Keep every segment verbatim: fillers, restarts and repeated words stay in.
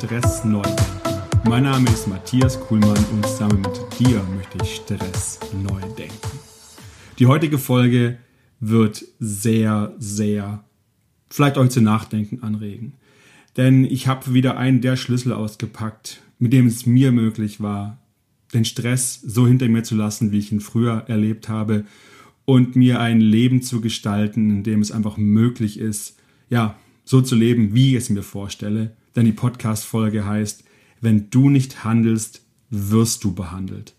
Stress neu denken. Mein Name ist Matthias Kuhlmann und zusammen mit dir möchte ich Stress neu denken. Die heutige Folge wird sehr, sehr, vielleicht euch zu nachdenken anregen. Denn ich habe wieder einen der Schlüssel ausgepackt, mit dem es mir möglich war, den Stress so hinter mir zu lassen, wie ich ihn früher erlebt habe und mir ein Leben zu gestalten, in dem es einfach möglich ist, ja, so zu leben, wie ich es mir vorstelle. Denn die Podcast-Folge heißt, wenn du nicht handelst, wirst du behandelt.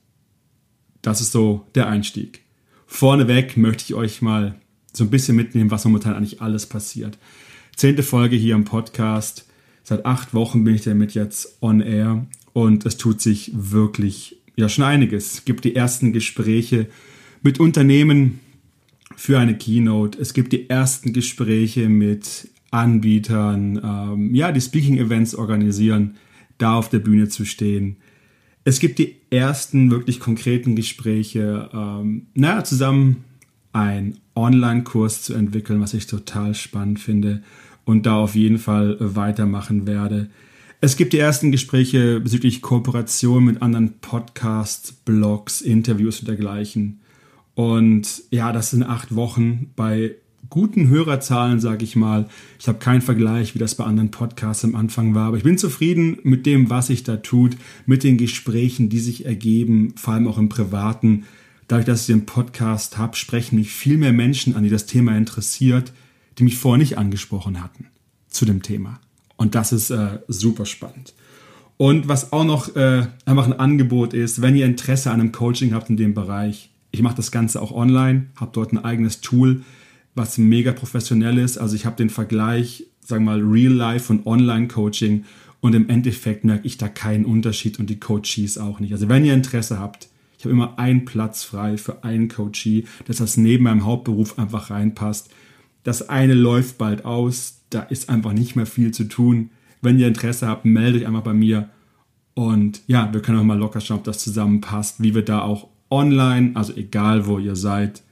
Das ist so der Einstieg. Vorneweg möchte ich euch mal so ein bisschen mitnehmen, was momentan eigentlich alles passiert. Zehnte Folge hier im Podcast. Seit acht Wochen bin ich damit jetzt on air und es tut sich wirklich ja schon einiges. Es gibt die ersten Gespräche mit Unternehmen für eine Keynote. Es gibt die ersten Gespräche mit Anbietern, ähm, ja, die Speaking-Events organisieren, da auf der Bühne zu stehen. Es gibt die ersten wirklich konkreten Gespräche, ähm, naja, zusammen einen Online-Kurs zu entwickeln, was ich total spannend finde und da auf jeden Fall weitermachen werde. Es gibt die ersten Gespräche bezüglich Kooperation mit anderen Podcasts, Blogs, Interviews und dergleichen. Und ja, das sind acht Wochen bei guten Hörerzahlen, sage ich mal. Ich habe keinen Vergleich, wie das bei anderen Podcasts am Anfang war, aber ich bin zufrieden mit dem, was sich da tut, mit den Gesprächen, die sich ergeben, vor allem auch im Privaten. Dadurch, dass ich den Podcast habe, sprechen mich viel mehr Menschen an, die das Thema interessiert, die mich vorher nicht angesprochen hatten zu dem Thema. Und das ist äh, super spannend. Und was auch noch äh, einfach ein Angebot ist, wenn ihr Interesse an einem Coaching habt in dem Bereich, ich mache das Ganze auch online, habe dort ein eigenes Tool, was mega professionell ist. Also ich habe den Vergleich, sagen wir mal, Real-Life und Online-Coaching und im Endeffekt merke ich da keinen Unterschied und die Coaches auch nicht. Also wenn ihr Interesse habt, ich habe immer einen Platz frei für einen Coachee, dass das neben meinem Hauptberuf einfach reinpasst. Das eine läuft bald aus, da ist einfach nicht mehr viel zu tun. Wenn ihr Interesse habt, meldet euch einfach bei mir und ja, wir können auch mal locker schauen, ob das zusammenpasst, wie wir da auch online, also egal wo ihr seid,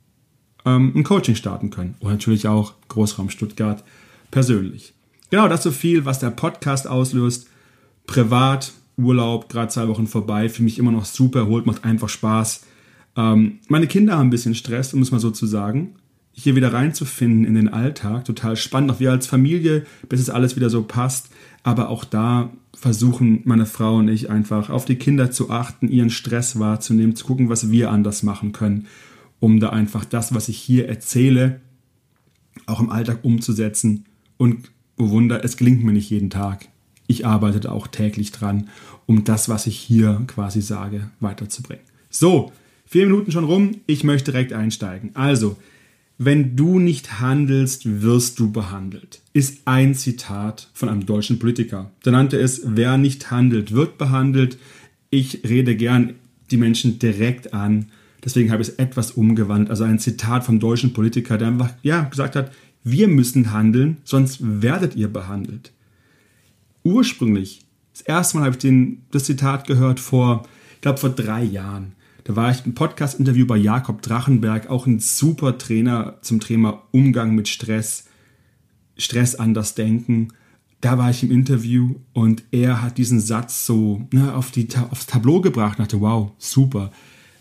ein Coaching starten können. Und natürlich auch Großraum Stuttgart persönlich. Genau, das so viel, was der Podcast auslöst. Privat, Urlaub, gerade zwei Wochen vorbei, für mich immer noch super erholt, macht einfach Spaß. Ähm, meine Kinder haben ein bisschen Stress, um es mal so zu sagen. Hier wieder reinzufinden in den Alltag, total spannend, auch wir als Familie, bis es alles wieder so passt. Aber auch da versuchen meine Frau und ich einfach auf die Kinder zu achten, ihren Stress wahrzunehmen, zu gucken, was wir anders machen können, um da einfach das, was ich hier erzähle, auch im Alltag umzusetzen. Und, oh Wunder, es gelingt mir nicht jeden Tag. Ich arbeite auch täglich dran, um das, was ich hier quasi sage, weiterzubringen. So, vier Minuten schon rum, ich möchte direkt einsteigen. Also, wenn du nicht handelst, wirst du behandelt, ist ein Zitat von einem deutschen Politiker. Der nannte es, wer nicht handelt, wird behandelt. Ich rede gern die Menschen direkt an. Deswegen habe ich es etwas umgewandelt. Also ein Zitat vom deutschen Politiker, der einfach ja, gesagt hat, wir müssen handeln, sonst werdet ihr behandelt. Ursprünglich, das erste Mal habe ich den, das Zitat gehört vor, ich glaube vor drei Jahren. Da war ich im Podcast-Interview bei Jakob Drachenberg, auch ein super Trainer zum Thema Umgang mit Stress, Stress anders denken. Da war ich im Interview und er hat diesen Satz so ne, auf die, aufs Tableau gebracht und dachte, wow, super.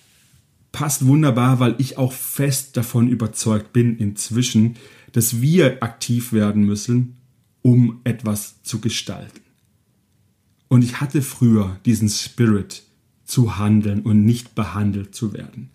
Passt wunderbar, weil ich auch fest davon überzeugt bin inzwischen, dass wir aktiv werden müssen, um etwas zu gestalten. Und ich hatte früher diesen Spirit zu handeln und nicht behandelt zu werden.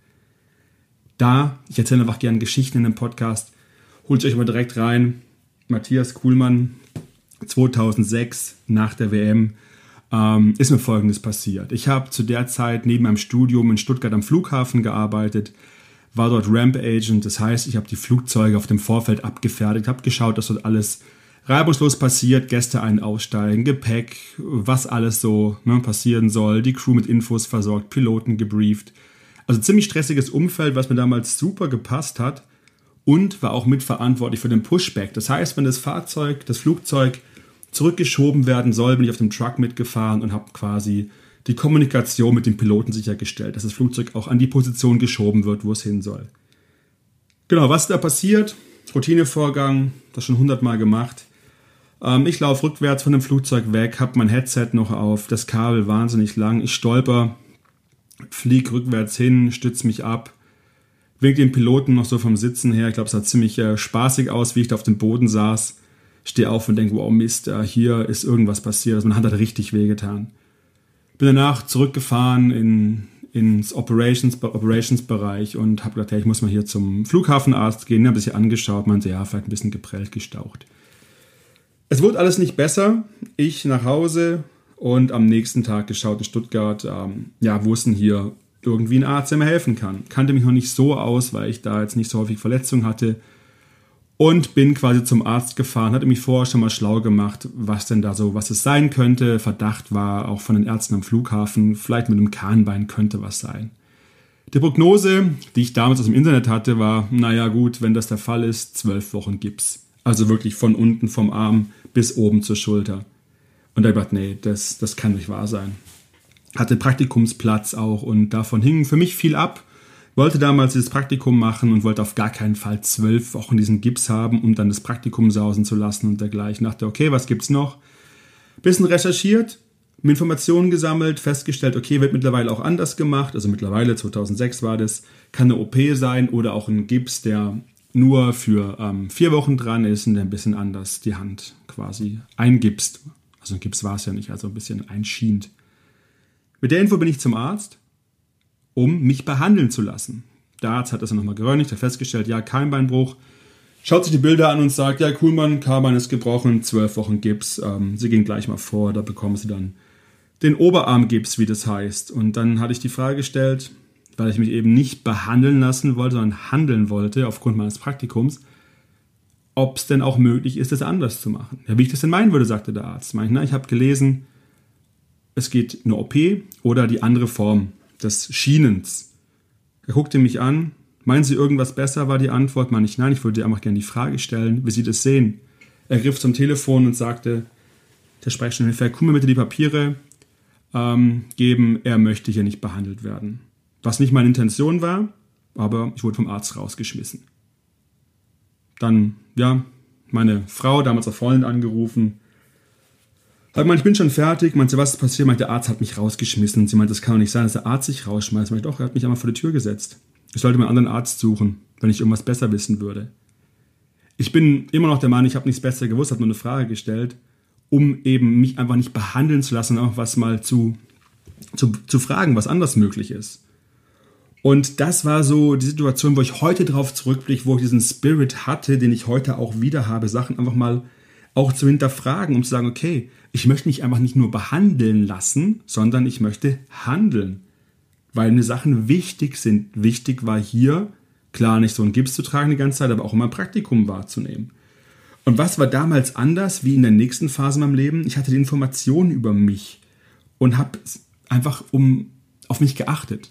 Da, ich erzähle einfach gerne Geschichten in dem Podcast, holt euch mal direkt rein. Matthias Kuhlmann, zweitausendsechs, nach der W M, Ähm, ist mir Folgendes passiert. Ich habe zu der Zeit neben meinem Studium in Stuttgart am Flughafen gearbeitet, war dort Ramp Agent, das heißt, ich habe die Flugzeuge auf dem Vorfeld abgefertigt, habe geschaut, dass dort alles reibungslos passiert, Gäste ein- aussteigen, Gepäck, was alles so ne, passieren soll, die Crew mit Infos versorgt, Piloten gebrieft. Also ziemlich stressiges Umfeld, was mir damals super gepasst hat und war auch mitverantwortlich für den Pushback. Das heißt, wenn das Fahrzeug, das Flugzeug zurückgeschoben werden soll, bin ich auf dem Truck mitgefahren und habe quasi die Kommunikation mit dem Piloten sichergestellt, dass das Flugzeug auch an die Position geschoben wird, wo es hin soll. Genau, was da passiert, Routinevorgang, das schon hundertmal gemacht. Ähm, ich laufe rückwärts von dem Flugzeug weg, habe mein Headset noch auf, das Kabel wahnsinnig lang. Ich stolper, fliege rückwärts hin, stütze mich ab, wink den Piloten noch so vom Sitzen her. Ich glaube, es sah ziemlich äh, spaßig aus, wie ich da auf dem Boden saß. Stehe auf und denke, wow, Mist, äh, hier ist irgendwas passiert. Also meine Hand hat richtig wehgetan. Bin danach zurückgefahren in, ins Operations, Operations-Bereich und habe gedacht, hey, ich muss mal hier zum Flughafenarzt gehen. Habe es hier angeschaut, meinte, ja, vielleicht ein bisschen geprellt, gestaucht. Es wurde alles nicht besser. Ich nach Hause und am nächsten Tag geschaut in Stuttgart, ähm, ja, wo ist denn hier irgendwie ein Arzt, der mir helfen kann. Kannte mich noch nicht so aus, weil ich da jetzt nicht so häufig Verletzungen hatte. Und bin quasi zum Arzt gefahren, hatte mich vorher schon mal schlau gemacht, was denn da so, was es sein könnte. Verdacht war auch von den Ärzten am Flughafen, vielleicht mit einem Kahnbein könnte was sein. Die Prognose, die ich damals aus dem Internet hatte, war, naja gut, wenn das der Fall ist, zwölf Wochen Gips. Also wirklich von unten vom Arm bis oben zur Schulter. Und da habe ich gedacht, nee, das, das kann nicht wahr sein. Hatte Praktikumsplatz auch und davon hing für mich viel ab. Wollte damals dieses Praktikum machen und wollte auf gar keinen Fall zwölf Wochen diesen Gips haben, um dann das Praktikum sausen zu lassen und dergleichen. Dachte, okay, was gibt's noch? Bisschen recherchiert, mir Informationen gesammelt, festgestellt, okay, wird mittlerweile auch anders gemacht. Also mittlerweile, zweitausendsechs war das, kann eine O P sein oder auch ein Gips, der nur für ähm, vier Wochen dran ist und der ein bisschen anders die Hand quasi eingipst. Also ein Gips war es ja nicht, also ein bisschen einschient. Mit der Info bin ich zum Arzt, um mich behandeln zu lassen. Der Arzt hat das dann nochmal geröntgt, hat festgestellt, ja, Keimbeinbruch. Schaut sich die Bilder an und sagt, ja, Kuhlmann, Kahlbein ist gebrochen, zwölf Wochen Gips. Ähm, Sie gehen gleich mal vor, da bekommen Sie dann den Oberarmgips, wie das heißt. Und dann hatte ich die Frage gestellt, weil ich mich eben nicht behandeln lassen wollte, sondern handeln wollte, aufgrund meines Praktikums, ob es denn auch möglich ist, das anders zu machen. Ja, wie ich das denn meinen würde, sagte der Arzt. Ich, na, ich habe gelesen, es geht eine O P oder die andere Form des Schienens. Er guckte mich an. Meinen Sie irgendwas besser, war die Antwort. Meine ich, nein, ich würde dir einfach gerne die Frage stellen, wie Sie das sehen. Er griff zum Telefon und sagte, der Sprechstundenhilfe, guck mir bitte die Papiere ähm, geben, er möchte hier nicht behandelt werden. Was nicht meine Intention war, aber ich wurde vom Arzt rausgeschmissen. Dann, ja, meine Frau, damals auch Freundin, angerufen. Sag mal, ich bin schon fertig. Meinte, was ist passiert? Meinte, der Arzt hat mich rausgeschmissen. Sie meinte, das kann doch nicht sein, dass der Arzt sich rausschmeißt. Meinte, doch, er hat mich einmal vor die Tür gesetzt. Ich sollte mir einen anderen Arzt suchen, wenn ich irgendwas besser wissen würde. Ich bin immer noch der Meinung, ich habe nichts besser gewusst, habe nur eine Frage gestellt, um eben mich einfach nicht behandeln zu lassen, auch was mal zu, zu, zu fragen, was anders möglich ist. Und das war so die Situation, wo ich heute drauf zurückblicke, wo ich diesen Spirit hatte, den ich heute auch wieder habe, Sachen einfach mal auch zu hinterfragen, um zu sagen, okay, ich möchte mich einfach nicht nur behandeln lassen, sondern ich möchte handeln. Weil mir Sachen wichtig sind. Wichtig war hier, klar nicht so einen Gips zu tragen die ganze Zeit, aber auch immer ein Praktikum wahrzunehmen. Und was war damals anders wie in der nächsten Phase in meinem Leben? Ich hatte die Informationen über mich und habe einfach um, auf mich geachtet.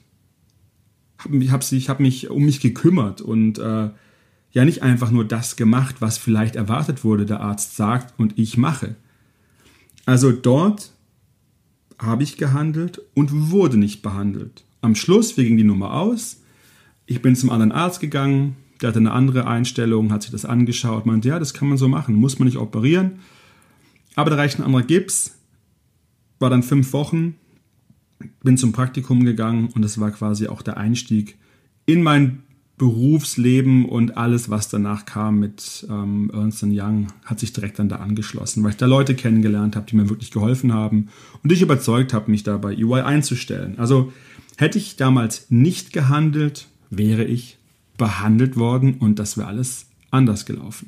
Ich habe hab mich um mich gekümmert und äh, ja nicht einfach nur das gemacht, was vielleicht erwartet wurde, der Arzt sagt und ich mache. Also dort habe ich gehandelt und wurde nicht behandelt. Am Schluss, wie ging die Nummer aus? Ich bin zum anderen Arzt gegangen, der hatte eine andere Einstellung, hat sich das angeschaut, meinte, ja, das kann man so machen, muss man nicht operieren. Aber da reicht ein anderer Gips, war dann fünf Wochen, bin zum Praktikum gegangen und das war quasi auch der Einstieg in mein Berufsleben und alles, was danach kam mit ähm, Ernst and Young, hat sich direkt dann da angeschlossen, weil ich da Leute kennengelernt habe, die mir wirklich geholfen haben und ich überzeugt habe, mich da bei E Y einzustellen. Also hätte ich damals nicht gehandelt, wäre ich behandelt worden und das wäre alles anders gelaufen.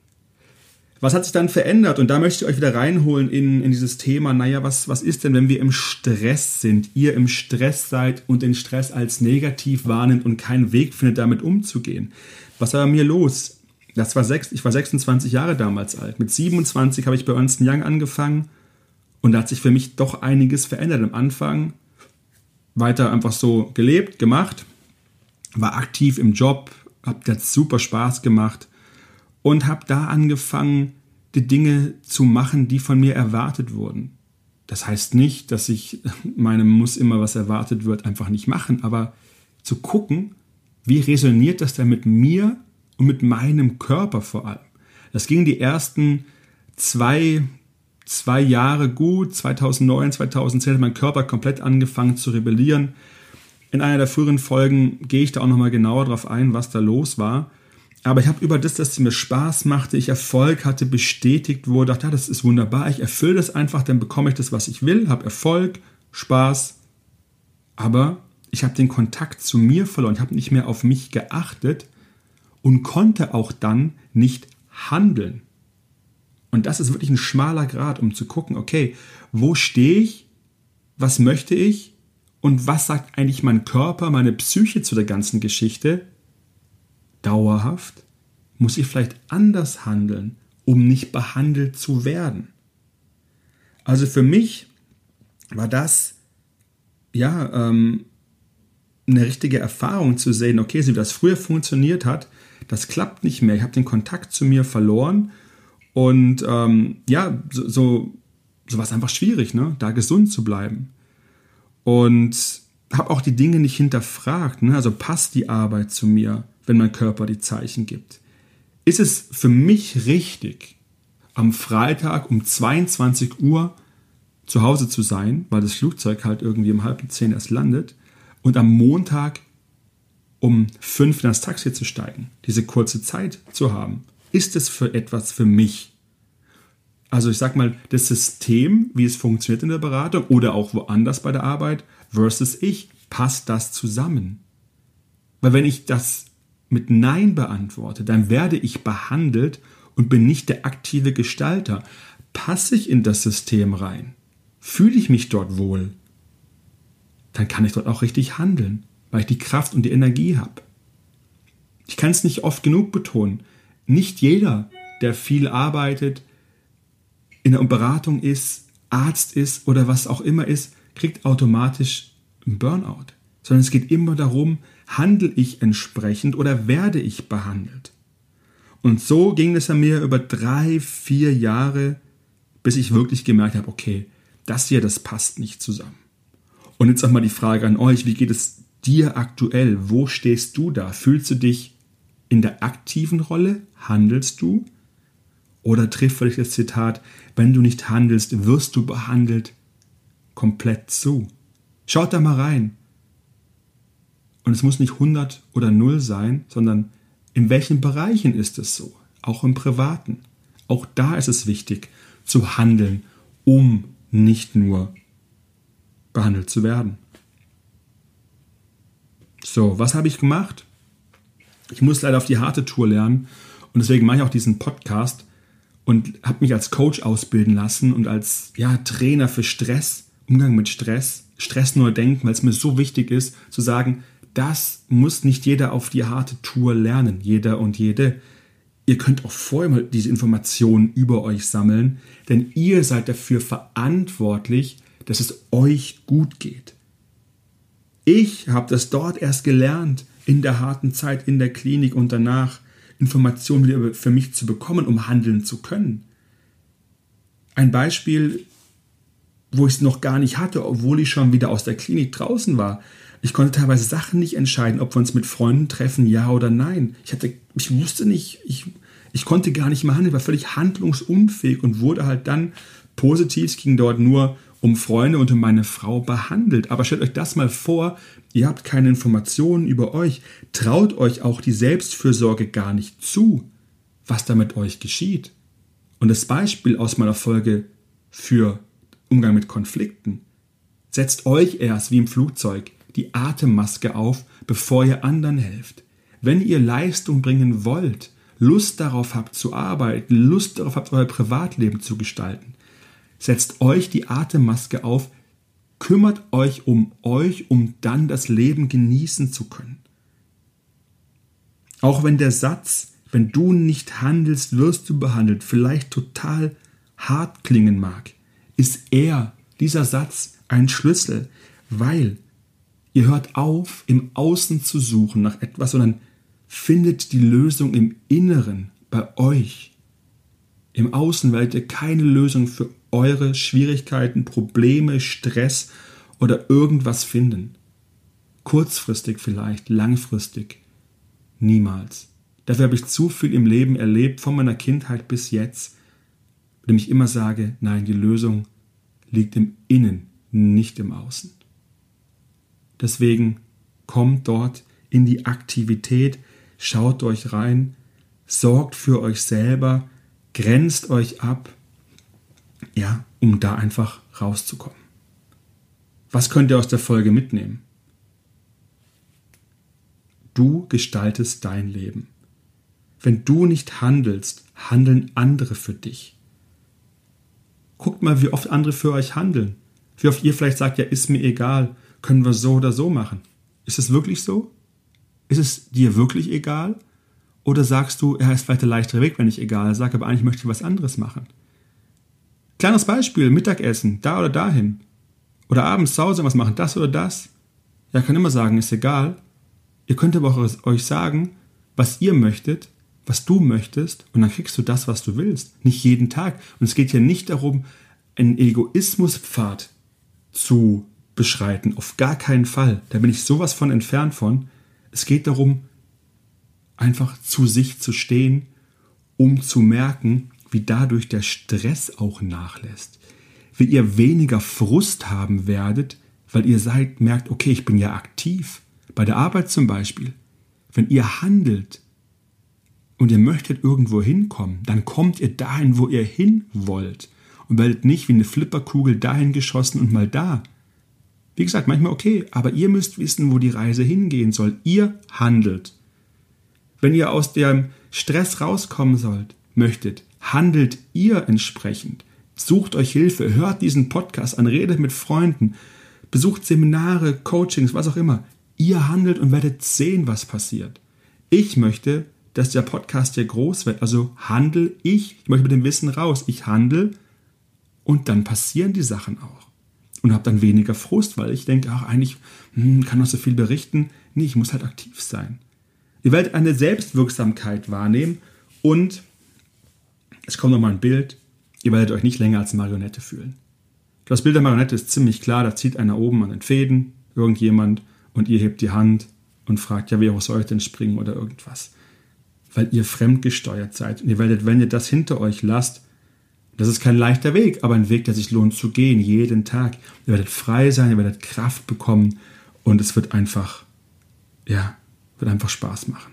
Was hat sich dann verändert? Und da möchte ich euch wieder reinholen in, in dieses Thema, naja, was, was ist denn, wenn wir im Stress sind, ihr im Stress seid und den Stress als negativ wahrnimmt und keinen Weg findet, damit umzugehen? Was war bei mir los? Das war sechs, ich war sechsundzwanzig Jahre damals alt. Mit siebenundzwanzig habe ich bei Ernst and Young angefangen und da hat sich für mich doch einiges verändert. Am Anfang weiter einfach so gelebt, gemacht, war aktiv im Job, habe das super Spaß gemacht und habe da angefangen, die Dinge zu machen, die von mir erwartet wurden. Das heißt nicht, dass ich meinem muss immer was erwartet wird, einfach nicht machen, aber zu gucken, wie resoniert das denn mit mir und mit meinem Körper vor allem. Das ging die ersten zwei, zwei Jahre gut, zweitausendneun, zweitausendzehn hat mein Körper komplett angefangen zu rebellieren. In einer der früheren Folgen gehe ich da auch nochmal genauer drauf ein, was da los war. Aber ich habe über das, dass es mir Spaß machte, ich Erfolg hatte, bestätigt wurde, dachte, ja, das ist wunderbar, ich erfülle das einfach, dann bekomme ich das, was ich will, habe Erfolg, Spaß. Aber ich habe den Kontakt zu mir verloren, ich habe nicht mehr auf mich geachtet und konnte auch dann nicht handeln. Und das ist wirklich ein schmaler Grat, um zu gucken, okay, wo stehe ich, was möchte ich und was sagt eigentlich mein Körper, meine Psyche zu der ganzen Geschichte? Dauerhaft muss ich vielleicht anders handeln, um nicht behandelt zu werden. Also für mich war das ja ähm, eine richtige Erfahrung zu sehen, okay, so wie das früher funktioniert hat, das klappt nicht mehr. Ich habe den Kontakt zu mir verloren und ähm, ja, so, so, so war es einfach schwierig, ne, da gesund zu bleiben. Und habe auch die Dinge nicht hinterfragt, ne? Also passt die Arbeit zu mir, wenn mein Körper die Zeichen gibt? Ist es für mich richtig, am Freitag um zweiundzwanzig Uhr zu Hause zu sein, weil das Flugzeug halt irgendwie um halb zehn erst landet, und am Montag um fünf in das Taxi zu steigen, diese kurze Zeit zu haben? Ist es für etwas für mich? Also ich sag mal, das System, wie es funktioniert in der Beratung oder auch woanders bei der Arbeit versus ich, passt das zusammen? Weil wenn ich das mit Nein beantworte, dann werde ich behandelt und bin nicht der aktive Gestalter. Passe ich in das System rein? Fühle ich mich dort wohl? Dann kann ich dort auch richtig handeln, weil ich die Kraft und die Energie habe. Ich kann es nicht oft genug betonen. Nicht jeder, der viel arbeitet, in der Beratung ist, Arzt ist oder was auch immer ist, kriegt automatisch einen Burnout. Sondern es geht immer darum, handle ich entsprechend oder werde ich behandelt? Und so ging es an mir über drei, vier Jahre, bis ich wirklich gemerkt habe, okay, das hier, das passt nicht zusammen. Und jetzt auch mal die Frage an euch, wie geht es dir aktuell? Wo stehst du da? Fühlst du dich in der aktiven Rolle? Handelst du? Oder trifft vielleicht das Zitat, wenn du nicht handelst, wirst du behandelt, komplett zu? Schaut da mal rein. Und es muss nicht hundert oder null sein, sondern in welchen Bereichen ist es so? Auch im Privaten. Auch da ist es wichtig, zu handeln, um nicht nur behandelt zu werden. So, was habe ich gemacht? Ich muss leider auf die harte Tour lernen und deswegen mache ich auch diesen Podcast und habe mich als Coach ausbilden lassen und als ja, Trainer für Stress, Umgang mit Stress, Stress neu denken, weil es mir so wichtig ist, zu sagen, das muss nicht jeder auf die harte Tour lernen, jeder und jede. Ihr könnt auch vorher mal diese Informationen über euch sammeln, denn ihr seid dafür verantwortlich, dass es euch gut geht. Ich habe das dort erst gelernt, in der harten Zeit in der Klinik und danach Informationen wieder für mich zu bekommen, um handeln zu können. Ein Beispiel, wo ich es noch gar nicht hatte, obwohl ich schon wieder aus der Klinik draußen war. Ich konnte teilweise Sachen nicht entscheiden, ob wir uns mit Freunden treffen, ja oder nein. Ich hatte, ich wusste nicht, ich, ich konnte gar nicht mehr handeln, war völlig handlungsunfähig und wurde halt dann positiv, es ging dort nur um Freunde und um meine Frau behandelt. Aber stellt euch das mal vor, ihr habt keine Informationen über euch, traut euch auch die Selbstfürsorge gar nicht zu, was da mit euch geschieht. Und das Beispiel aus meiner Folge für Umgang mit Konflikten: Setzt euch erst wie im Flugzeug die Atemmaske auf, bevor ihr anderen helft. Wenn ihr Leistung bringen wollt, Lust darauf habt zu arbeiten, Lust darauf habt, euer Privatleben zu gestalten, setzt euch die Atemmaske auf, kümmert euch um euch, um dann das Leben genießen zu können. Auch wenn der Satz, wenn du nicht handelst, wirst du behandelt, vielleicht total hart klingen mag, ist er, dieser Satz, ein Schlüssel, weil ihr hört auf, im Außen zu suchen nach etwas, sondern findet die Lösung im Inneren, bei euch. Im Außen werdet ihr keine Lösung für eure Schwierigkeiten, Probleme, Stress oder irgendwas finden. Kurzfristig vielleicht, langfristig niemals. Dafür habe ich zu viel im Leben erlebt, von meiner Kindheit bis jetzt, indem ich immer sage, nein, die Lösung liegt im Innen, nicht im Außen. Deswegen kommt dort in die Aktivität, schaut euch rein, sorgt für euch selber, grenzt euch ab, ja, um da einfach rauszukommen. Was könnt ihr aus der Folge mitnehmen? Du gestaltest dein Leben. Wenn du nicht handelst, handeln andere für dich. Guckt mal, wie oft andere für euch handeln. Wie oft ihr vielleicht sagt, ja, ist mir egal, können wir so oder so machen. Ist es wirklich so? Ist es dir wirklich egal? Oder sagst du, ja, ist vielleicht der leichtere Weg, wenn ich egal sage, aber eigentlich möchte ich was anderes machen. Kleines Beispiel, Mittagessen, da oder dahin. Oder abends zu Hause was machen, das oder das. Ja, kann immer sagen, ist egal. Ihr könnt aber auch euch sagen, was ihr möchtet, was du möchtest, und dann kriegst du das, was du willst. Nicht jeden Tag. Und es geht ja nicht darum, einen Egoismuspfad zu beschreiten. Auf gar keinen Fall. Da bin ich sowas von entfernt von. Es geht darum, einfach zu sich zu stehen, um zu merken, wie dadurch der Stress auch nachlässt. Wie ihr weniger Frust haben werdet, weil ihr seid, merkt, okay, ich bin ja aktiv. Bei der Arbeit zum Beispiel. Wenn ihr handelt und ihr möchtet irgendwo hinkommen, dann kommt ihr dahin, wo ihr hin wollt. Und werdet nicht wie eine Flipperkugel dahin geschossen und mal da. Wie gesagt, manchmal okay, aber ihr müsst wissen, wo die Reise hingehen soll. Ihr handelt. Wenn ihr aus dem Stress rauskommen sollt, möchtet, handelt ihr entsprechend. Sucht euch Hilfe, hört diesen Podcast an, redet mit Freunden, besucht Seminare, Coachings, was auch immer. Ihr handelt und werdet sehen, was passiert. Ich möchte, dass der Podcast hier groß wird, also handel ich. Ich möchte mit dem Wissen raus. Ich handle und dann passieren die Sachen auch. Und habe dann weniger Frust, weil ich denke, ach, eigentlich hm, kann noch so viel berichten. Nee, ich muss halt aktiv sein. Ihr werdet eine Selbstwirksamkeit wahrnehmen und es kommt nochmal ein Bild. Ihr werdet euch nicht länger als Marionette fühlen. Das Bild der Marionette ist ziemlich klar. Da zieht einer oben an den Fäden, irgendjemand, und ihr hebt die Hand und fragt, ja, wie soll ich denn springen oder irgendwas. Weil ihr fremdgesteuert seid. Und ihr werdet, wenn ihr das hinter euch lasst, das ist kein leichter Weg, aber ein Weg, der sich lohnt zu gehen, jeden Tag. Ihr werdet frei sein, ihr werdet Kraft bekommen und es wird einfach, ja, wird einfach Spaß machen.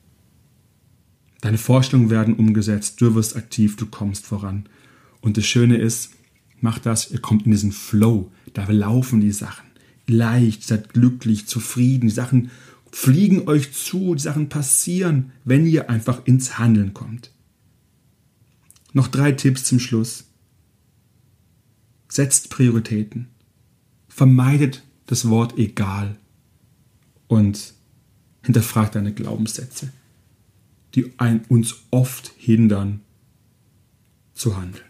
Deine Vorstellungen werden umgesetzt, du wirst aktiv, du kommst voran. Und das Schöne ist, macht das, ihr kommt in diesen Flow, da laufen die Sachen. Leicht, seid glücklich, zufrieden, die Sachen fliegen euch zu, die Sachen passieren, wenn ihr einfach ins Handeln kommt. Noch drei Tipps zum Schluss. Setzt Prioritäten. Vermeidet das Wort egal und hinterfragt deine Glaubenssätze, die ein, uns oft hindern zu handeln.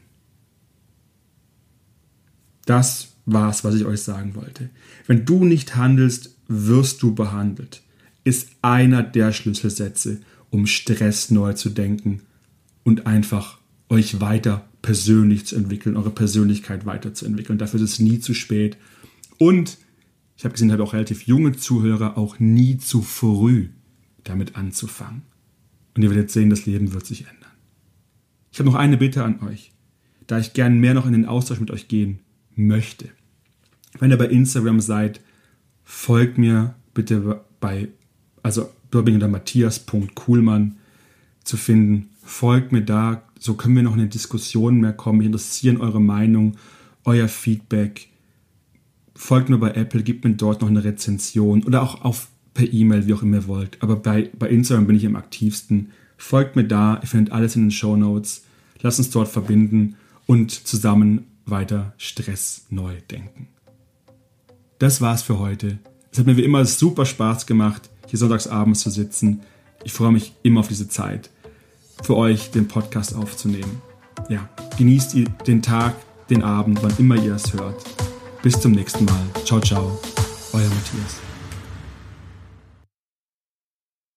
Das war's, was ich euch sagen wollte. Wenn du nicht handelst, wirst du behandelt. Ist einer der Schlüsselsätze, um Stress neu zu denken und einfach euch weiter persönlich zu entwickeln, eure Persönlichkeit weiterzuentwickeln. Dafür ist es nie zu spät. Und ich habe gesehen, ich habe auch relativ junge Zuhörer, auch nie zu früh damit anzufangen. Und ihr werdet sehen, das Leben wird sich ändern. Ich habe noch eine Bitte an euch, da ich gern mehr noch in den Austausch mit euch gehen möchte. Wenn ihr bei Instagram seid, folgt mir bitte bei, also dort bin ich unter matthias punkt kuhlmann zu finden. Folgt mir da, so können wir noch in eine Diskussion mehr kommen. Mich interessieren eure Meinung, euer Feedback. Folgt mir bei Apple, gebt mir dort noch eine Rezension oder auch auf per E-Mail, wie auch immer ihr wollt. Aber bei, bei Instagram bin ich am aktivsten. Folgt mir da, ihr findet alles in den Shownotes. Lasst uns dort verbinden und zusammen weiter Stress neu denken. Das war's für heute. Es hat mir wie immer super Spaß gemacht, hier sonntagsabends zu sitzen. Ich freue mich immer auf diese Zeit, für euch den Podcast aufzunehmen. Ja, genießt den Tag, den Abend, wann immer ihr es hört. Bis zum nächsten Mal. Ciao, ciao. Euer Matthias.